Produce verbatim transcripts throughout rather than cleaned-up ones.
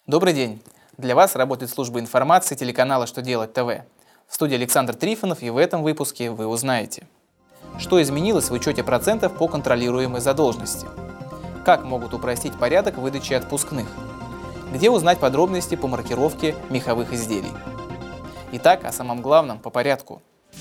Добрый день! Для вас работает служба информации телеканала «Что делать ТВ». В студии Александр Трифонов, и в этом выпуске вы узнаете, что изменилось в учете процентов по контролируемой задолженности, как могут упростить порядок выдачи отпускных, где узнать подробности по маркировке меховых изделий. Итак, о самом главном по порядку.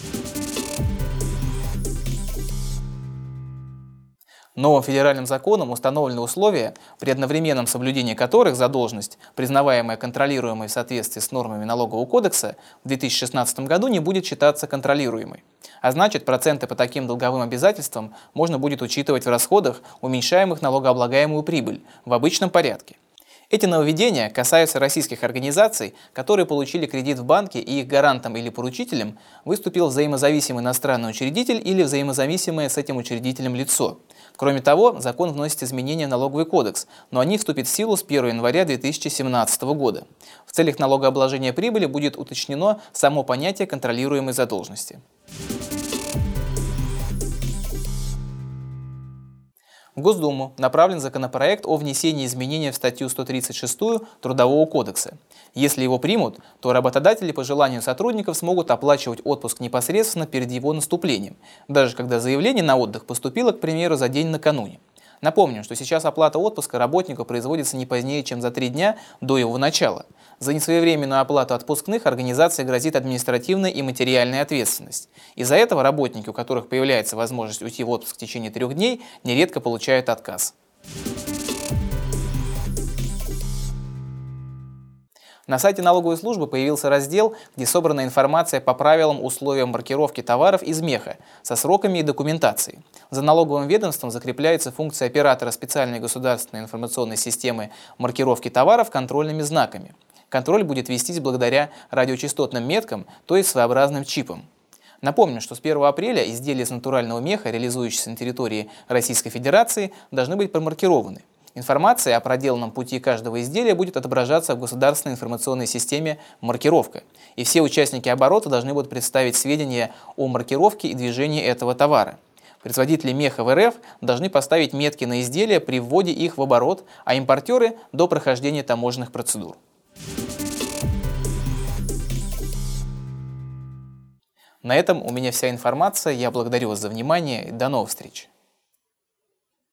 Новым федеральным законом установлены условия, при одновременном соблюдении которых задолженность, признаваемая контролируемой в соответствии с нормами Налогового кодекса, в две тысячи шестнадцатом году не будет считаться контролируемой. А значит, проценты по таким долговым обязательствам можно будет учитывать в расходах, уменьшаемых налогооблагаемую прибыль, в обычном порядке. Эти нововведения касаются российских организаций, которые получили кредит в банке, и их гарантом или поручителем выступил взаимозависимый иностранный учредитель или взаимозависимое с этим учредителем лицо. Кроме того, закон вносит изменения в налоговый кодекс, но они вступят в силу с первого января две тысячи семнадцатого года. В целях налогообложения прибыли будет уточнено само понятие контролируемой задолженности. В Госдуму направлен законопроект о внесении изменений в статью сто тридцать шесть Трудового кодекса. Если его примут, то работодатели по желанию сотрудников смогут оплачивать отпуск непосредственно перед его наступлением, даже когда заявление на отдых поступило, к примеру, за день накануне. Напомним, что сейчас оплата отпуска работнику производится не позднее, чем за три дня до его начала. За несвоевременную оплату отпускных организации грозит административная и материальная ответственность. Из-за этого работники, у которых появляется возможность уйти в отпуск в течение трех дней, нередко получают отказ. На сайте налоговой службы появился раздел, где собрана информация по правилам условиям маркировки товаров из меха со сроками и документацией. За налоговым ведомством закрепляется функция оператора специальной государственной информационной системы маркировки товаров контрольными знаками. Контроль будет вестись благодаря радиочастотным меткам, то есть своеобразным чипам. Напомню, что с первого апреля изделия из натурального меха, реализующиеся на территории Российской Федерации, должны быть промаркированы. Информация о проделанном пути каждого изделия будет отображаться в государственной информационной системе «Маркировка», и все участники оборота должны будут представить сведения о маркировке и движении этого товара. Производители меха в РФ должны поставить метки на изделия при вводе их в оборот, а импортеры – до прохождения таможенных процедур. На этом у меня вся информация. Я благодарю вас за внимание и до новых встреч.